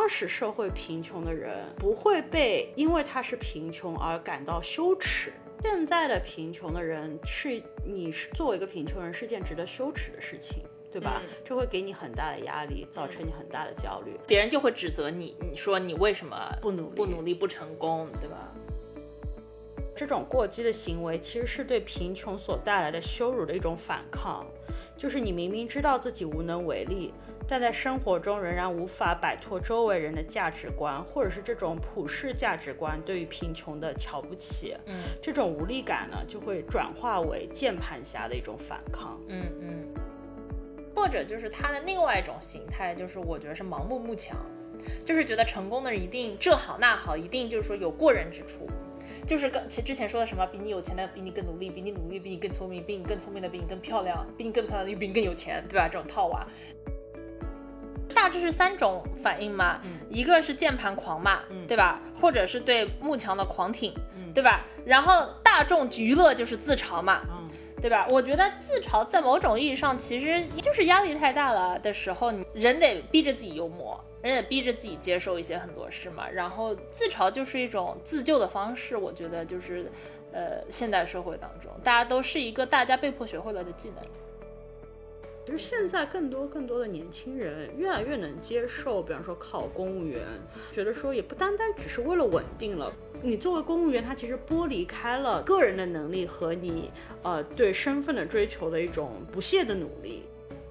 当时社会贫穷的人不会被因为他是贫穷而感到羞耻，现在的贫穷的人你是作为一个贫穷人是件值得羞耻的事情，对吧？这会给你很大的压力，造成你很大的焦虑， 别人就会指责你，你说你为什么不努力不成功，对吧？ 这种过激的行为其实是对贫穷所带来的羞辱的一种反抗，就是你明明知道自己无能为力，但在生活中仍然无法摆脱周围人的价值观，或者是这种普世价值观对于贫穷的瞧不起，这种无力感呢，就会转化为键盘侠的一种反抗。 或者就是他的另外一种形态，就是我觉得是盲目慕强，就是觉得成功的人一定这好那好，一定就是说有过人之处，就是之前说的什么比你有钱的比你更努力，比你努力比你更聪明，比你更聪明的比你更漂亮，比你更漂亮的又比你更有钱，对吧？这种套娃大致是3种反应嘛，一个是键盘狂嘛，对吧？或者是对慕强的狂挺，对吧？然后大众娱乐就是自嘲嘛，对吧？我觉得自嘲在某种意义上其实就是压力太大了的时候，人得逼着自己幽默，人得逼着自己接受一些很多事嘛，然后自嘲就是一种自救的方式。我觉得就是现代社会当中大家都是一个大家被迫学会了的技能。 就是现在更多的年轻人越来越能接受，比方说考公务员，觉得说也不单单只是为了稳定了。你作为公务员，他其实剥离开了个人的能力和你对身份的追求的一种不懈的努力。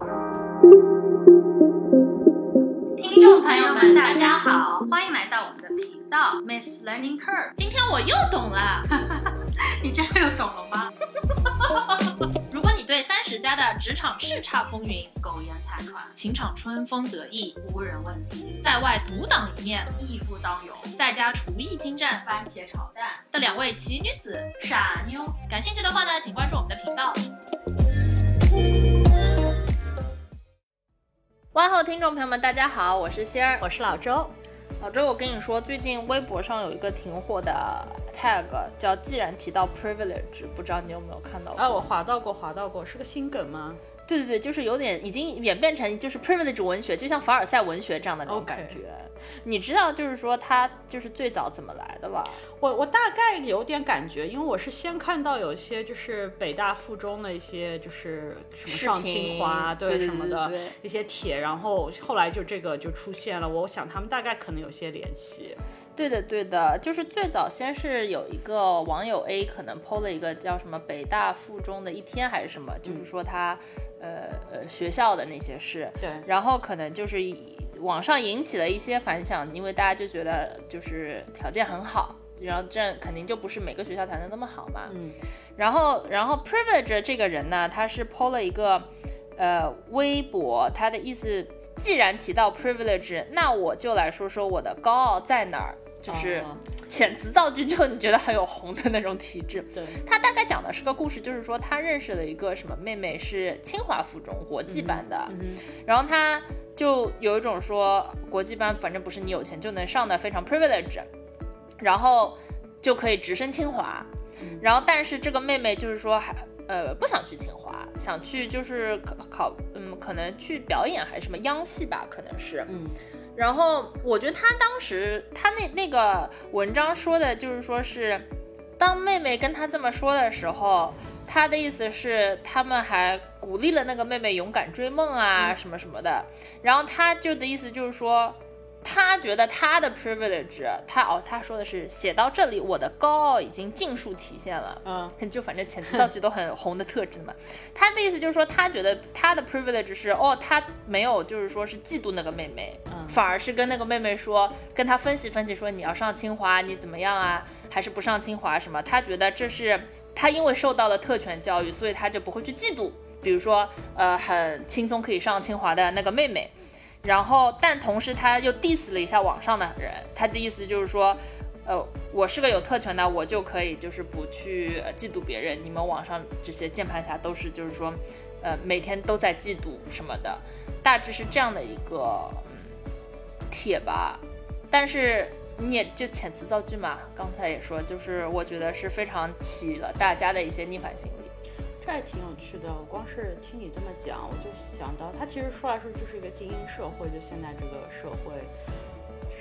听众朋友们大家好，欢迎来到我们的频道 Miss Learning Curve。 今天我又懂了你真的又懂了吗如果你对30加的职场叱咤风云，苟延残喘，情场春风得意，无人问津，在外独当一面，义夫当勇，在家厨艺精湛，番茄炒蛋的2位奇女子傻妞，感兴趣的话呢，请关注我们的频道。 万后听众朋友们大家好，我是仙儿， 我是老周。 老周，我跟你说，最近微博上有一个挺火的 tag 叫既然提到 privilege， 不知道你有没有看到过？ 我滑到过，是个新梗吗？ 对对对，就是有点已经演变成就是 privilege 文学，就像凡尔赛文学这样的那种感觉。你知道就是说它就是最早怎么来的吧？ 我大概有点感觉，因为我是先看到有些就是北大附中的一些就是什么上清华对什么的一些帖，然后后来就这个就出现了，我想他们大概可能有些联系。 对的，就是最早先是有一个网友 A 可能 po 了一个叫什么北大附中的一天还是什么，就是说他学校的那些事， 对， 然后可能就是网上引起了一些反响，因为大家就觉得就是条件很好，然后这肯定就不是每个学校谈的那么好嘛，然后 privilege 这个人呢，他是 po 了一个微博，他的意思既然提到 privilege， 那我就来说说我的高傲在哪儿，就是遣词造句，就你觉得很有红的那种体质。 对， 他大概讲的是个故事，就是说他认识了一个什么妹妹，是清华附中国际班的，然后他就有一种说国际班反正不是你有钱就能上的，非常 privilege， 然后就可以直升清华，然后但是这个妹妹就是说不想去清华，想去就是可能去表演还是什么央戏吧，可能是，然后我觉得他当时他那个文章说的就是说是，当妹妹跟他这么说的时候，他的意思是他们还鼓励了那个妹妹勇敢追梦啊什么什么的，然后他就的意思就是说，他觉得他的 privilege， 他说的是写到这里，我的高傲已经尽数体现了，就反正遣词造句都很红的特质嘛。他的意思就是说，他觉得他的 privilege 是他没有就是说是嫉妒那个妹妹，反而是跟那个妹妹说，跟他分析说你要上清华你怎么样啊，还是不上清华什么？他觉得这是他因为受到了特权教育，所以他就不会去嫉妒，比如说很轻松可以上清华的那个妹妹。然后但同时他又 diss 了一下网上的人，他的意思就是说我是个有特权的，我就可以就是不去嫉妒别人，你们网上这些键盘侠都是就是说每天都在嫉妒什么的，大致是这样的一个帖吧。但是你也就遣词造句嘛，刚才也说，就是我觉得是非常起了大家的一些逆反心理。 这还挺有趣的，我光是听你这么讲，我就想到他其实说来说就是一个精英社会，就现在这个社会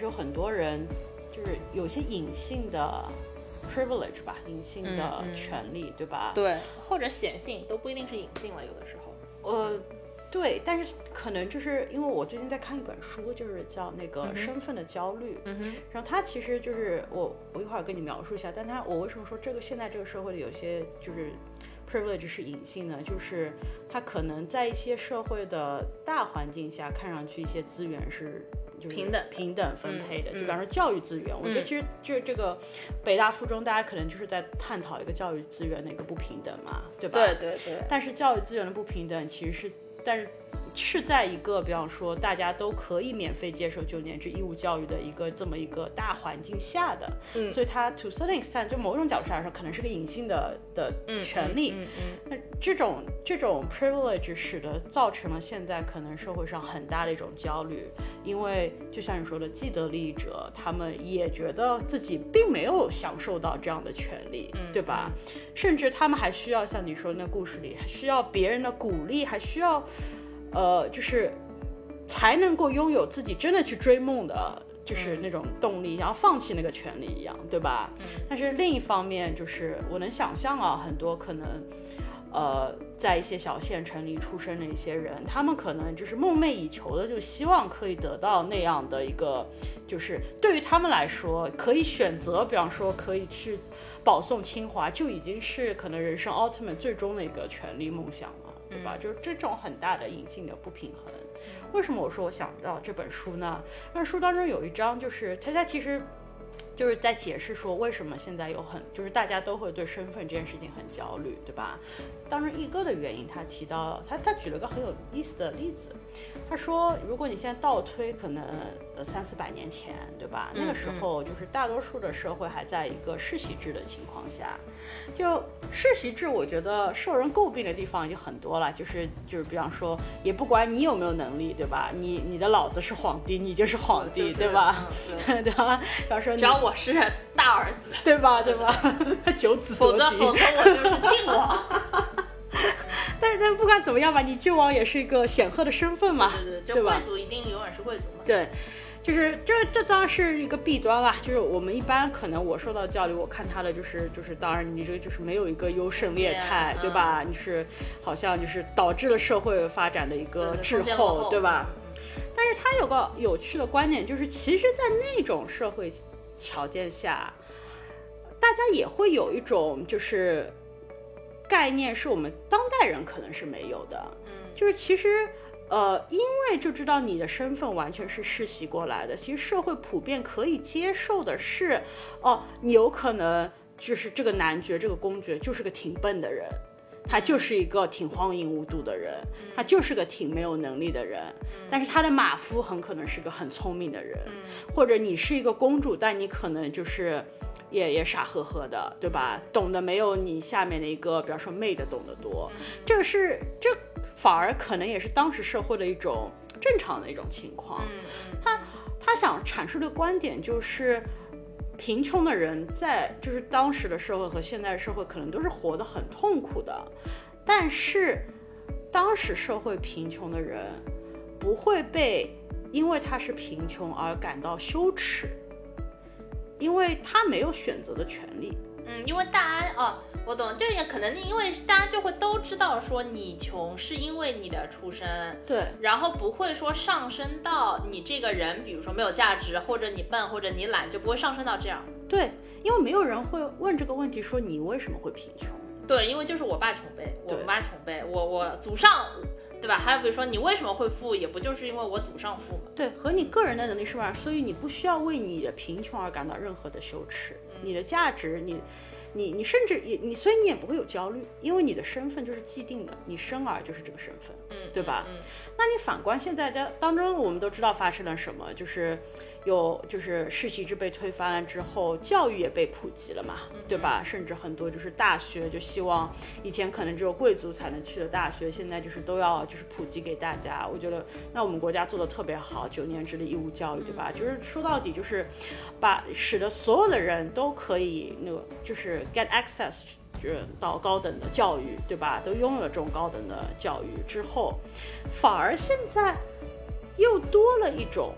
实有很多人就是有些隐性的 privilege 吧，隐性的权利，对吧？ 对，或者显性都不一定是隐性了，有的时候。 对，但是可能就是因为我最近在看一本书，就是叫那个身份的焦虑，然后它其实就是我一会儿跟你描述一下，但我为什么说现在这个社会里有些就是 privilege 是隐性呢？就是它可能在一些社会的大环境下，看上去一些资源是就是平等分配的，就比方说教育资源，我觉得其实就是这个北大附中，大家可能就是在探讨一个教育资源的一个不平等嘛，对吧？ 对。 但是教育资源的不平等其实是在一个比方说大家都可以免费接受9年制义务教育的这么一个大环境下的，所以它 to certain extent 就某种角度上来说可能是个隐性的权利。那这种 privilege 使得造成了现在可能社会上很大的一种焦虑，因为就像你说的，既得利益者他们也觉得自己并没有享受到这样的权利，对吧？甚至他们还需要像你说的那故事里，还需要别人的鼓励，还需要就是才能够拥有自己真的去追梦的就是那种动力，然后放弃那个权利一样，对吧？但是另一方面就是我能想象啊，很多可能在一些小县城里出生的一些人，他们可能就是梦寐以求的，就希望可以得到那样的一个，就是对于他们来说可以选择，比方说可以去保送清华，就已经是可能人生 ultimate 最终的一个权利梦想了，对吧？就是这种很大的隐性的不平衡。为什么我说我想到这本书呢？那书当中有一章就是它其实就是在解释说为什么现在就是大家都会对身份这件事情很焦虑，对吧？当中一个的原因，他提到他举了个很有意思的例子，他说如果你现在倒推可能300-400年前，对吧？那个时候就是大多数的社会还在一个世袭制的情况下，就世袭制我觉得受人诟病的地方已经很多了，就是比方说也不管你有没有能力，对吧？你的老子是皇帝，你就是皇帝，对吧？对吧？比方说只要我是大儿子， 对吧？九子夺嫡， 否则我就是晋王。 但是不管怎么样吧，你郡王也是一个显赫的身份嘛， 对吧？贵族一定永远是贵族嘛。 对，就是这当然是一个弊端啦。就是我们一般可能我受到教育，我看他的就是当然你这个就是没有一个优胜劣汰，对吧？你是好像就是导致了社会发展的一个滞后，对吧？但是他有个有趣的观点，就是其实在那种社会条件下，大家也会有一种就是概念是我们当代人可能是没有的，就是其实因为就知道你的身份完全是世袭过来的，其实社会普遍可以接受的是，你有可能就是这个男爵这个公爵就是个挺笨的人，他就是一个挺荒淫无度的人，他就是个挺没有能力的人，但是他的马夫很可能是个很聪明的人，或者你是一个公主，但你可能就是也傻呵呵的，对吧？懂得没有你下面的一个比方说妹的懂得多，这反而可能也是当时社会的一种正常的一种情况。他想阐述的观点就是贫穷的人在就是当时的社会和现在的社会可能都是活得很痛苦的，但是当时社会贫穷的人不会因为他是贫穷而感到羞耻，因为他没有选择的权利。 因为大家我懂，这个可能因为大家就会都知道说你穷是因为你的出身， 对， 然后不会说上升到你这个人，比如说没有价值，或者你笨，或者你懒，就不会上升到这样。 对，因为没有人会问这个问题，说你为什么会贫穷？ 对，因为就是我爸穷呗，我妈穷呗，我祖上。对吧？还有比如说你为什么会富，也不就是因为我祖上富嘛？ 对，和你个人的能力是吧？所以你不需要为你的贫穷而感到任何的羞耻，你的价值，你甚至所以你也不会有焦虑，因为你的身份就是既定的，你生而就是这个身份，对吧？那你反观现在当中，我们都知道发生了什么，就是就是世袭制被推翻了之后，教育也被普及了嘛，对吧？甚至很多就是大学就希望以前可能只有贵族才能去的大学，现在就是都要就是普及给大家。我觉得那我们国家做的特别好，9年制的义务教育，对吧？就是说到底就是使得所有的人都可以就是 get access 到高等的教育，对吧？都拥有了这种高等的教育之后，反而现在又多了一种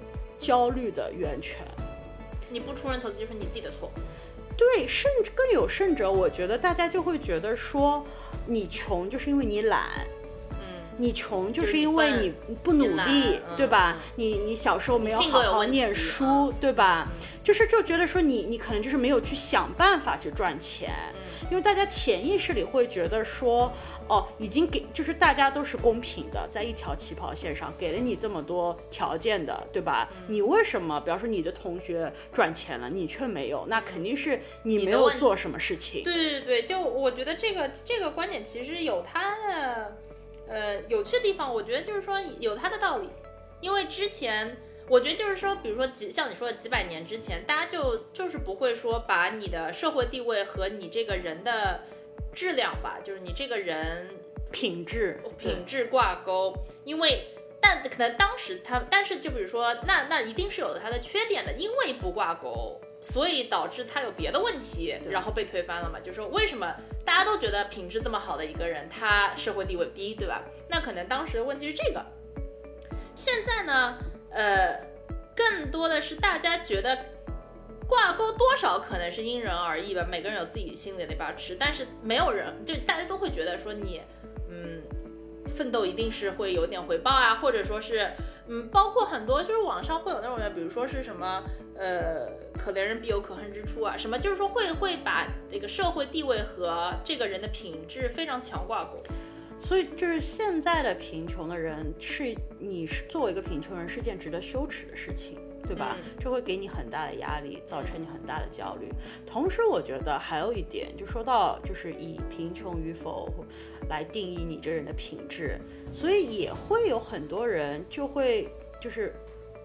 焦虑的源泉。 你不出人头地就是你自己的错。 对，甚至更有甚者，我觉得大家就会觉得说，你穷就是因为你懒，你穷就是因为你不努力，对吧？你小时候没有好好念书，对吧？就觉得说你可能就是没有去想办法去赚钱，因为大家潜意识里会觉得说，哦，已经就是大家都是公平的，在一条起跑线上，给了你这么多条件的，对吧？你为什么，比方说你的同学赚钱了，你却没有？那肯定是你没有做什么事情。 对，就我觉得这个观点其实有它的有趣的地方，我觉得就是说有它的道理，因为之前。我觉得就是说，比如说像你说的几百年之前，大家就是不会说把你的社会地位和你这个人的质量吧，就是你这个人品质挂钩，因为但可能当时但是就比如说那一定是有它的缺点的，因为不挂钩，所以导致他有别的问题，然后被推翻了嘛。就是说为什么大家都觉得品质这么好的一个人，他社会地位低，对吧？那可能当时的问题是这个。现在呢？更多的是大家觉得挂钩多少可能是因人而异吧，每个人有自己心里的一把尺，但是没有人，就大家都会觉得说你，奋斗一定是会有点回报啊，或者说是，包括很多就是网上会有那种人，比如说是什么，可怜人必有可恨之处啊，什么就是说会把这个社会地位和这个人的品质非常强挂钩。 所以就是现在的贫穷的人你作为一个贫穷人是件值得羞耻的事情，对吧？这会给你很大的压力，造成你很大的焦虑。同时我觉得还有一点，就说到就是以贫穷与否来定义你这人的品质，所以也会有很多人就会就是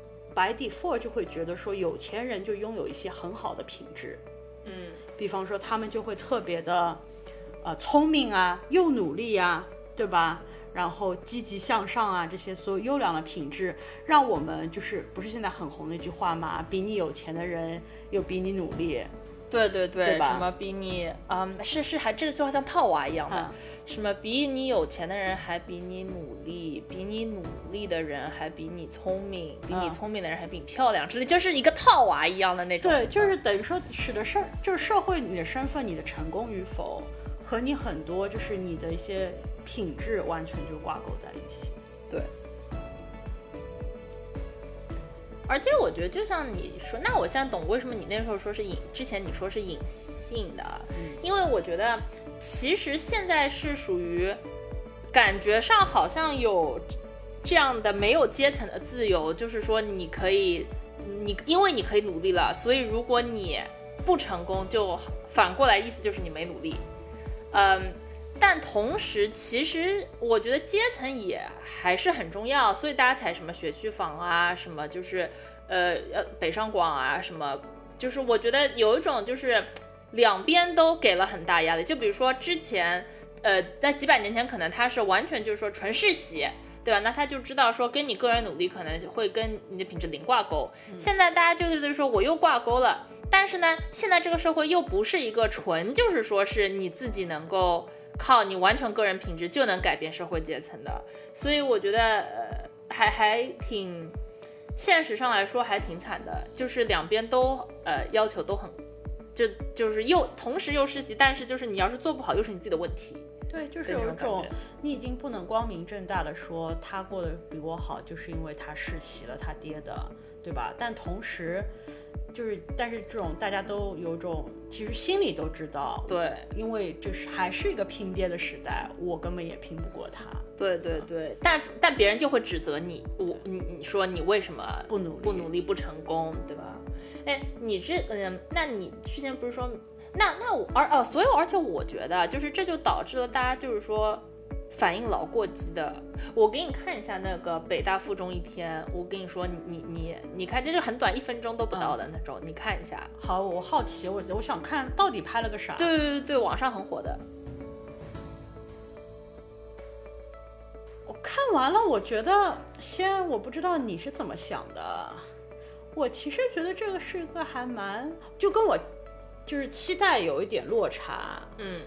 by default就会觉得说有钱人就拥有一些很好的品质，比方说他们就会特别的聪明啊，又努力啊，对吧？然后积极向上啊，这些所有优良的品质，让我们就是不是现在很红的一句话嘛？比你有钱的人有比你努力。 对吧？ 什么比你是还这句话像套娃一样的，什么比你有钱的人还比你努力，比你努力的人还比你聪明，比你聪明的人还比你漂亮之类，就是一个套娃一样的那种。 对，就是等于说使得就是社会你的身份、你的成功与否和你很多就是你的一些品质完全就挂钩在一起。 对。而且我觉得就像你说，那我现在懂为什么你那时候说是之前你说是隐性的，因为我觉得其实现在是属于感觉上好像有这样的没有阶层的自由，就是说因为你可以努力了，所以如果你不成功，就反过来意思就是你没努力。但同时其实我觉得阶层也还是很重要，所以大家才什么学区房啊，什么就是北上广啊，什么就是我觉得有一种就是两边都给了很大压力。就比如说之前在几百年前可能他是完全就是说纯世袭，对吧？那他就知道说跟你个人努力可能会跟你的品质零挂钩。现在大家就是说我又挂钩了，但是呢现在这个社会又不是一个纯就是说是你自己能够靠你完全个人品质就能改变社会阶层的，所以我觉得还挺现实上来说还挺惨的，就是两边都要求都很就是同时又世袭，但是就是你要是做不好又是你自己的问题。 对，就是有一种你已经不能光明正大的说他过得比我好就是因为他世袭了他爹的，对吧？但同时但是这种大家都有种其实心里都知道， 对， 因为就是还是一个拼爹的时代，我根本也拼不过他。 对，但别人就会指责你，你说你为什么不努力不成功，对吧？哎，那你之前不是说那我所以而且我觉得就是这就导致了大家就是说反应老过激的。我给你看一下那个北大附中一天，我跟你说你看这是很短，1分钟都不到的那种，你看一下。 好，我好奇，我想看到底拍了个啥。 对，网上很火的。 我看完了，我觉得我不知道你是怎么想的，我其实觉得这个是一个还蛮就跟我就是期待有一点落差。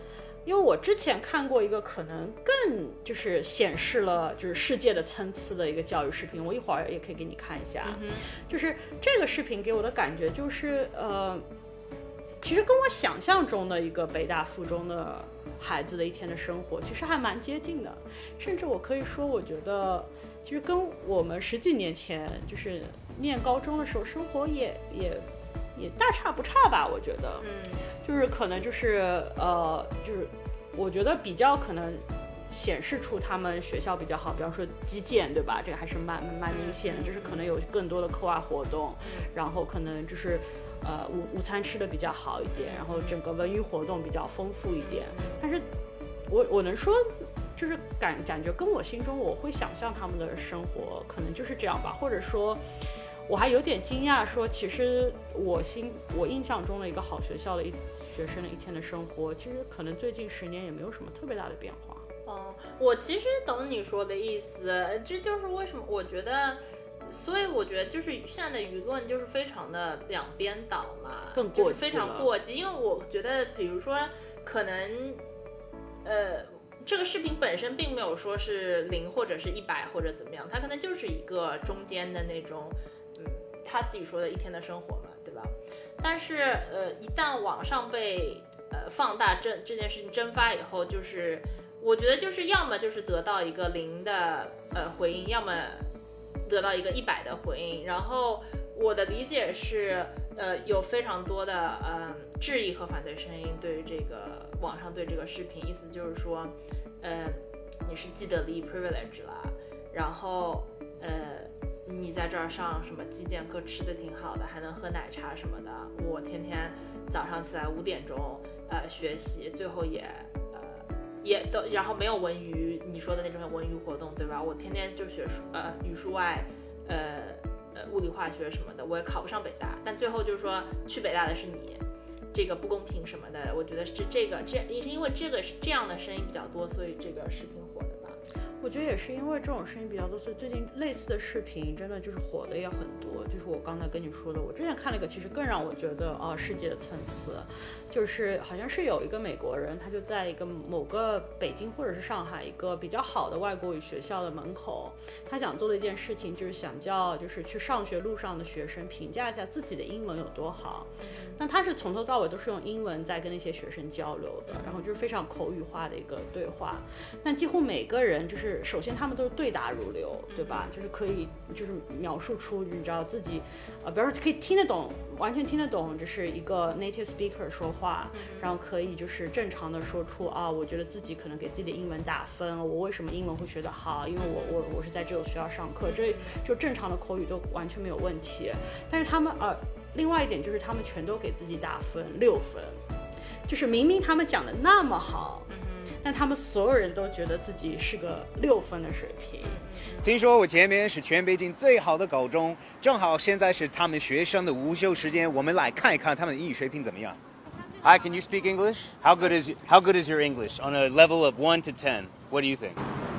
因为我之前看过一个可能更就是显示了就是世界的参差的一个教育视频，我一会儿也可以给你看一下。就是这个视频给我的感觉就是其实跟我想象中的一个北大附中的孩子的一天的生活其实还蛮接近的，甚至我可以说我觉得其实跟我们10几年前就是念高中的时候生活也大差不差吧，我觉得。就是可能就是就是我觉得比较可能显示出他们学校比较好，比方说基建，对吧？这个还是蛮明显的，就是可能有更多的课外活动，然后可能就是午餐吃的比较好一点，然后整个文娱活动比较丰富一点。但是我能说就是感觉跟我心中我会想象他们的生活可能就是这样吧，或者说我还有点惊讶说其实我印象中的一个好学校的学生的一天的生活其实可能最近10年也没有什么特别大的变化。 我其实懂你说的意思，这就是为什么我觉得，所以我觉得就是现在的舆论就是非常的两边倒嘛， 更过激了， 就是非常过激。因为我觉得比如说可能这个视频本身并没有说是0或者是100或者怎么样，它可能就是一个中间的那种他自己说的一天的生活嘛，对吧？但是一旦网上被放大这件事情蒸发以后，就是我觉得就是要么就是得到一个0的回应，要么得到一个100的回应。然后我的理解是有非常多的质疑和反对声音对于这个网上对这个视频，意思就是说你是既得利益 privilege 啦，然后你在这儿上什么基建课吃的挺好的，还能喝奶茶什么的，我天天早上起来5点钟学习，最后也都然后没有文娱你说的那种文娱活动，对吧？我天天就学语数外物理化学什么的，我也考不上北大，但最后就是说去北大的是你，这个不公平什么的，我觉得是因为这个是这样的声音比较多，所以这个视频火的吧。 我觉得也是因为这种声音比较多，所以最近类似的视频真的就是火的也很多。就是我刚才跟你说的，我之前看了一个其实更让我觉得世界的参差，就是好像是有一个美国人，他就在一个某个北京或者是上海一个比较好的外国语学校的门口，他想做的一件事情就是想叫就是去上学路上的学生评价一下自己的英文有多好。那他是从头到尾都是用英文在跟那些学生交流的，然后就是非常口语化的一个对话。那几乎每个人就是首先他们都是对答如流，对吧？就是可以就是描述出你知道自己比方说可以听得懂，完全听得懂就是一个 native speaker 说话，然后可以就是正常的说出我觉得自己可能给自己的英文打分，我为什么英文会学得好，因为我是在这个学校上课，这就正常的口语都完全没有问题。但是他们另外一点就是他们全都给自己打分6分，就是明明他们讲的那么好，但他们所有人都觉得自己是个6分的水平。 听说我前面是全北京最好的高中，正好现在是他们学生的午休时间，我们来看一看他们的英语水平怎么样。Hi, can you speak English? How good is your English on a level of 1 to 10? What do you think?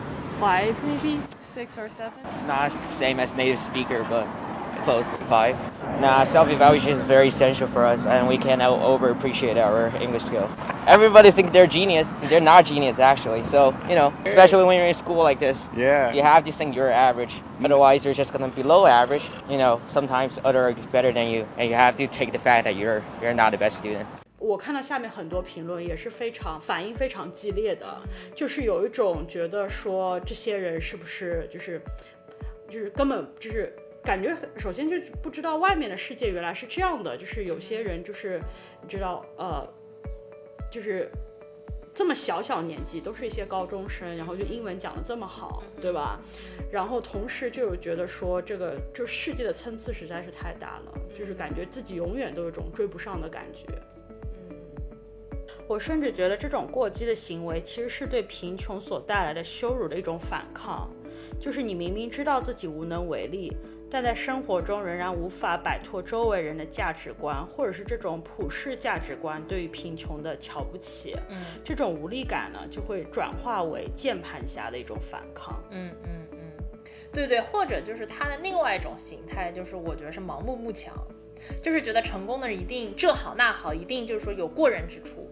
5 maybe, 6 or 7. Not same as native speaker, but close to 5. Self-evaluation is very essential for us, and we cannot over-appreciate our English skill. Everybody thinks they're genius. They're not genius, actually. So, especially when you're in school like this, you have to think you're average. Otherwise, you're just going to be below average. Sometimes others are better than you, and you have to take the fact that you're not the best student. 我看到下面很多评论也是反应非常激烈的，就是有一种觉得说这些人是不是就是根本就是感觉首先就不知道外面的世界原来是这样的，就是有些人就是你知道就是这么小年纪都是一些高中生，然后就英文讲得这么好，对吧？然后同时就有觉得说这个就世界的参差实在是太大了，就是感觉自己永远都有一种追不上的感觉。我甚至觉得这种过激的行为其实是对贫穷所带来的羞辱的一种反抗，就是你明明知道自己无能为力，但在生活中仍然无法摆脱周围人的价值观，或者是这种普世价值观对于贫穷的瞧不起，这种无力感呢就会转化为键盘侠的一种反抗。 对，或者就是他的另外一种形态，就是我觉得是盲目慕强，就是觉得成功的人一定这好那好，一定就是说有过人之处。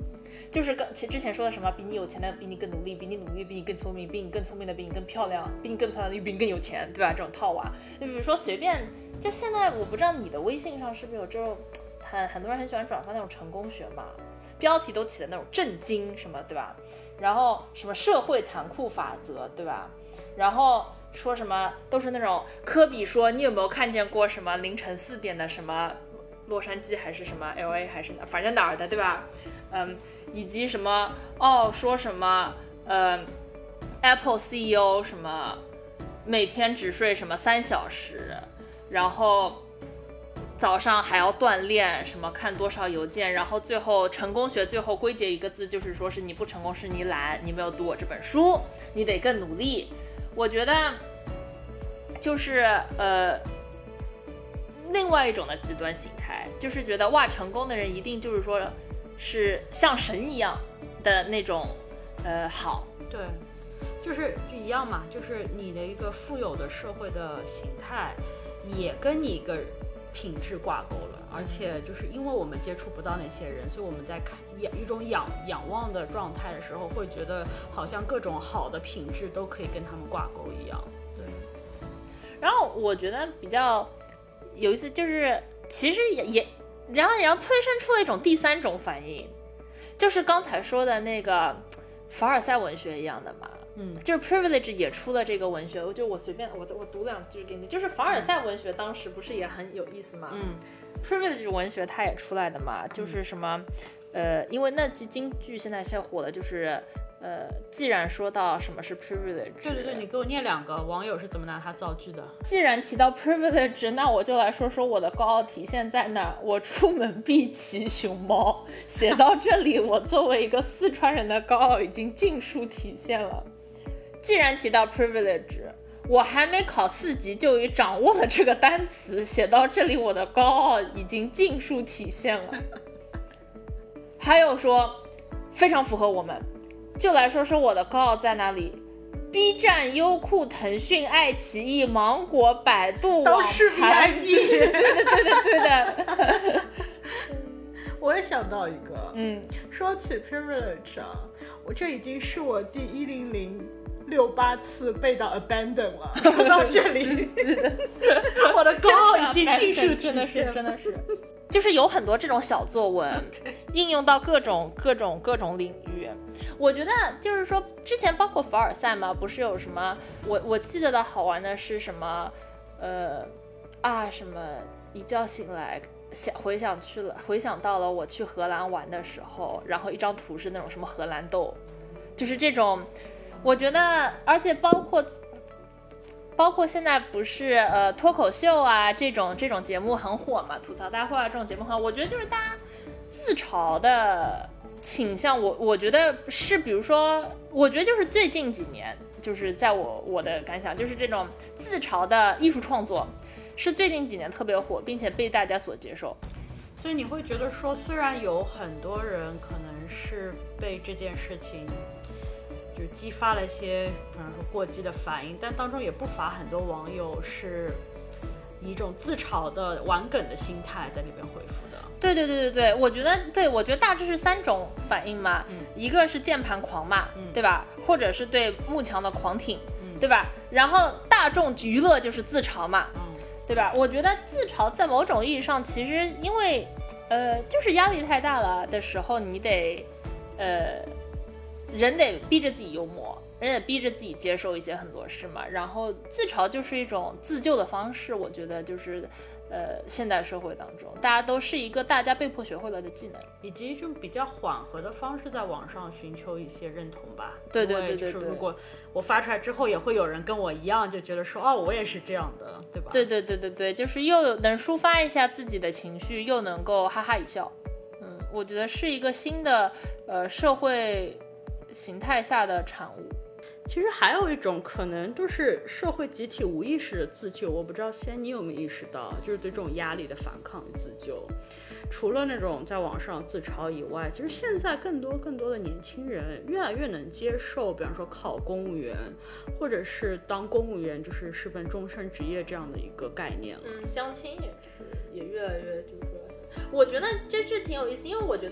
就是之前说的什么比你有钱的比你更努力，比你努力比你更聪明，比你更聪明的比你更漂亮，比你更漂亮的又比你更有钱，对吧？这种套娃，就比如说随便，就现在我不知道你的微信上是不是有这种，很多人很喜欢转发那种成功学嘛，标题都起的那种震惊什么，对吧？然后什么社会残酷法则，对吧？然后说什么都是那种科比说你有没有看见过什么凌晨4点的什么洛杉矶还是什么 LA 还是反正哪儿的，对吧？以及什么说什么Apple CEO 什么每天只睡什么3小时，然后早上还要锻炼，什么看多少邮件，然后最后成功学最后归结一个字，就是说是你不成功是你懒，你没有读我这本书，你得更努力。我觉得就是另外一种的极端形态，就是觉得哇，成功的人一定就是说是像神一样的那种好。 对，就一样嘛，就是你的一个富有的社会的形态也跟你一个品质挂钩了，而且就是因为我们接触不到那些人，所以我们在看一种仰望的状态的时候，会觉得好像各种好的品质都可以跟他们挂钩一样。对。 然后我觉得比较有意思，就是其实也然后催生出了一种第三种反应，就是刚才说的那个凡尔赛文学一样的嘛。就是 Privilege 也出了这个文学，就我随便我读2句给你，就是凡尔赛文学当时不是也很有意思吗？Privilege 文学它也出来的嘛，就是什么因为那京剧现在火的就是既然说到什么是 privilege， 对，你给我念2个网友是怎么拿它造句的。 既然提到 privilege， 那我就来说说我的高傲体现在哪。我出门必骑熊猫。写到这里，我作为一个四川人的高傲已经尽数体现了。既然提到 privilege， 我还没考4级就已掌握了这个单词。写到这里，我的高傲已经尽数体现了。还有说非常符合我们，就来说说我的高傲在哪里。B 站、优酷、腾讯、爱奇艺、芒果、百度都是 VIP。 对的。 我也想到一个，说起 privilege 啊，这已经是我第1068次背到 abandon 了。说到这里，我的高傲已经尽数体现， 真的是。就是有很多这种小作文应用到各种领域。我觉得就是说之前包括凡尔赛嘛，不是有什么我记得的好玩的是什么什么一觉醒来回想到了我去荷兰玩的时候，然后一张图是那种什么荷兰豆，就是这种。我觉得而且包括现在不是脱口秀啊这种节目很火嘛，吐槽大会啊这种节目很火，我觉得就是大家自嘲的倾向，我觉得是，比如说我觉得就是最近几年，就是在我的感想，就是这种自嘲的艺术创作是最近几年特别火，并且被大家所接受。 所以你会觉得说，虽然有很多人可能是被这件事情就激发了一些比方说过激的反应，但当中也不乏很多网友是以一种自嘲的玩梗的心态在里边回复的。 对，我觉得大致是3种反应嘛，一个是键盘狂骂，对吧？或者是对慕强的狂挺，对吧？然后大众娱乐就是自嘲嘛，对吧？我觉得自嘲在某种意义上，其实因为就是压力太大了的时候，你得人得逼着自己幽默，人得逼着自己接受一些很多事嘛。然后自嘲就是一种自救的方式，我觉得就是现代社会当中，大家被迫学会了的技能， 以及一种比较缓和的方式，在网上寻求一些认同吧。 对， 就是如果我发出来之后，也会有人跟我一样，就觉得说我也是这样的，对吧？ 对，就是又能抒发一下自己的情绪，又能够哈哈一笑。我觉得是一个新的社会形态下的产物。 其实还有一种可能就是社会集体无意识的自救，我不知道你有没有意识到，就是对这种压力的反抗与自救。除了那种在网上自嘲以外，其实现在更多的年轻人越来越能接受，比方说考公务员，或者是当公务员是份终身职业这样的一个概念了。 相亲也越来越就是说，我觉得这挺有意思，因为我觉得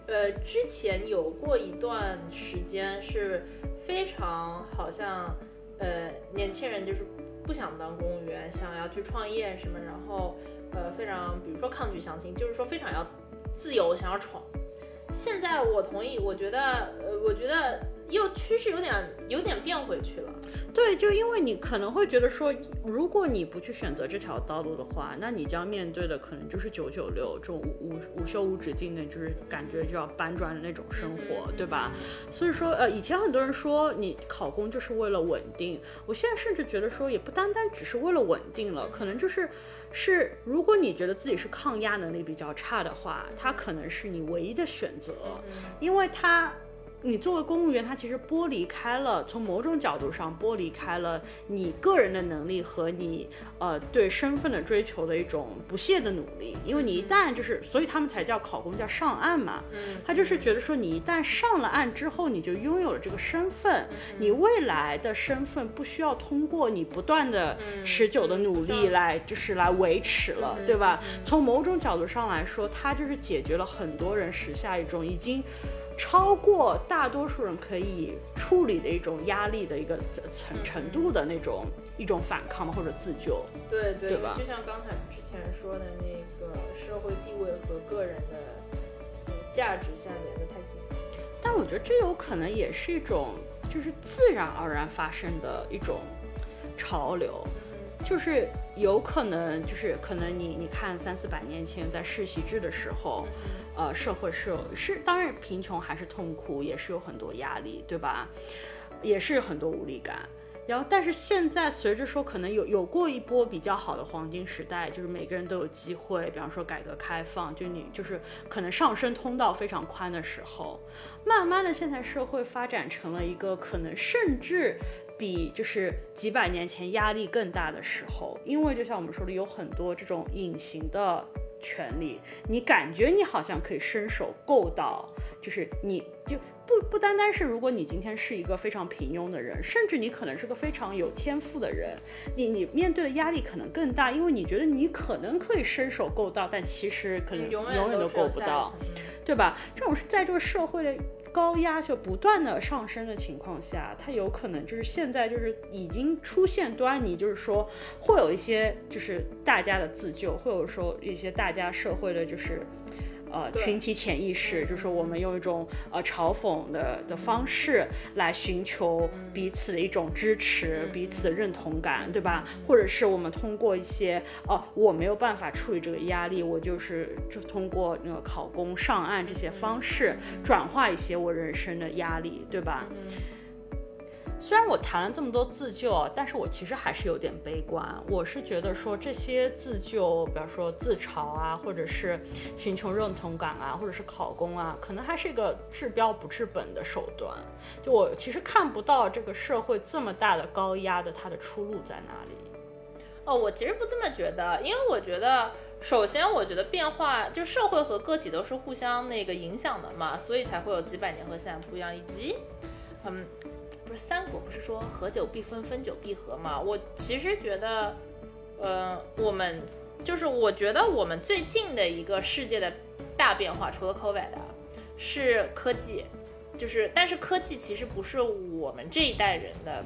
之前有过一段时间是非常好像年轻人就是不想当公务员，想要去创业什么，然后非常比如说抗拒相亲，就是说非常要自由，想要闯。现在我同意，我觉得又趋势有点变回去了。 对，就因为你可能会觉得说，如果你不去选择这条道路的话，那你将面对的可能就是996这种无休无止境的，就是感觉就要搬砖的那种生活，对吧？所以说，以前很多人说你考公就是为了稳定，我现在甚至觉得说，也不单单只是为了稳定了，可能就是如果你觉得自己是抗压能力比较差的话，它可能是你唯一的选择，因为你作为公务员，它其实剥离开了，从某种角度上剥离开了你个人的能力和你对身份的追求的一种不懈的努力，因为你一旦所以他们才叫考公，叫上岸嘛。他就是觉得说，你一旦上了岸之后，你就拥有了这个身份，你未来的身份不需要通过你不断的持久的努力来维持了，对吧？从某种角度上来说，它就是解决了很多人时下一种已经超过大多数人可以处理的一种压力的一个程度的一种反抗嘛，或者自救。 对吧？ 就像刚才之前说的那个社会地位和个人的价值相连得太紧。 但我觉得这有可能也是一种就是自然而然发生的一种潮流。就是有可能，就是可能你看300-400年前在世袭制的时候，社会是当然贫穷还是痛苦，也是有很多压力，对吧？也是有很多无力感。然后，但是现在随着说可能有过一波比较好的黄金时代，就是每个人都有机会，比方说改革开放，就是可能上升通道非常宽的时候，慢慢的现在社会发展成了一个可能甚至比就是几百年前压力更大的时候，因为就像我们说的，有很多这种隐形的权利，你感觉你好像可以伸手够到，就是你就不单单是如果你今天是一个非常平庸的人，甚至你可能是个非常有天赋的人，你面对的压力可能更大，因为你觉得你可能可以伸手够到，但其实可能永远都够不到，对吧？这种是在这个社会的高压就不断的上升的情况下，它有可能就是现在就是已经出现端倪，就是说会有一些就是大家的自救，会有说一些大家社会的就是群体潜意识，就是我们用一种嘲讽的方式来寻求彼此的一种支持，彼此的认同感，对吧？或者是我们通过一些我没有办法处理这个压力，我就通过那个考公上岸这些方式转化一些我人生的压力，对吧？虽然我谈了这么多自救，但是我其实还是有点悲观。我是觉得说这些自救，比方说自嘲啊，或者是寻求认同感啊，或者是考公啊，可能还是一个治标不治本的手段。就我其实看不到这个社会这么大的高压的它的出路在哪里。 我其实不这么觉得，因为我觉得首先我觉得变化就社会和个体都是互相那个影响的嘛，所以才会有几百年和现在不一样，以及不是三国不是说合久必分，分久必合嘛？我其实觉得，我们就是我觉得我们最近的一个世界的大变化，除了 COVID 是科技，但是科技其实不是我们这一代人的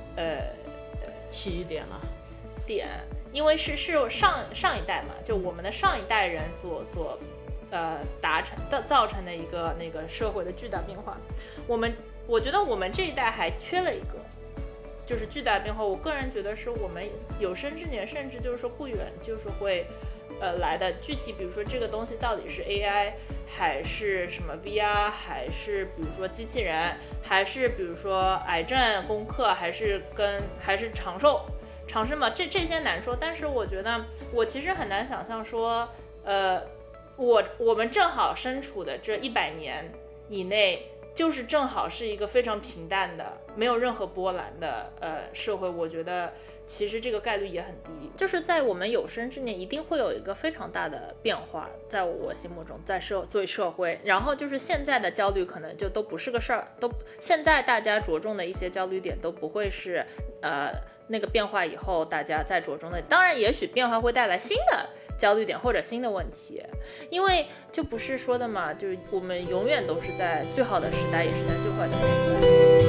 起点了， 因为是上一代嘛，就我们的上一代人所造成的一个那个社会的巨大变化。我觉得我们这一代还缺了一个，就是巨大变化。我个人觉得是我们有生之年，甚至就是说不远，就是会来的具体，比如说这个东西到底是 AI 还是什么 VR， 还是比如说机器人，还是比如说癌症攻克，还是长生嘛，这些难说。但是我觉得我其实很难想象说，我们正好身处的这100年以内，就是正好是一个非常平淡的没有任何波澜的社会，我觉得其实这个概率也很低。就是在我们有生之年一定会有一个非常大的变化，在我心目中，在作为社会，然后就是现在的焦虑可能就都不是个事儿，现在大家着重的一些焦虑点都不会是那个变化以后大家再着重的。当然也许变化会带来新的焦虑点或者新的问题，因为就不是说的嘛，就是我们永远都是在最好的时代也是在最坏的年代。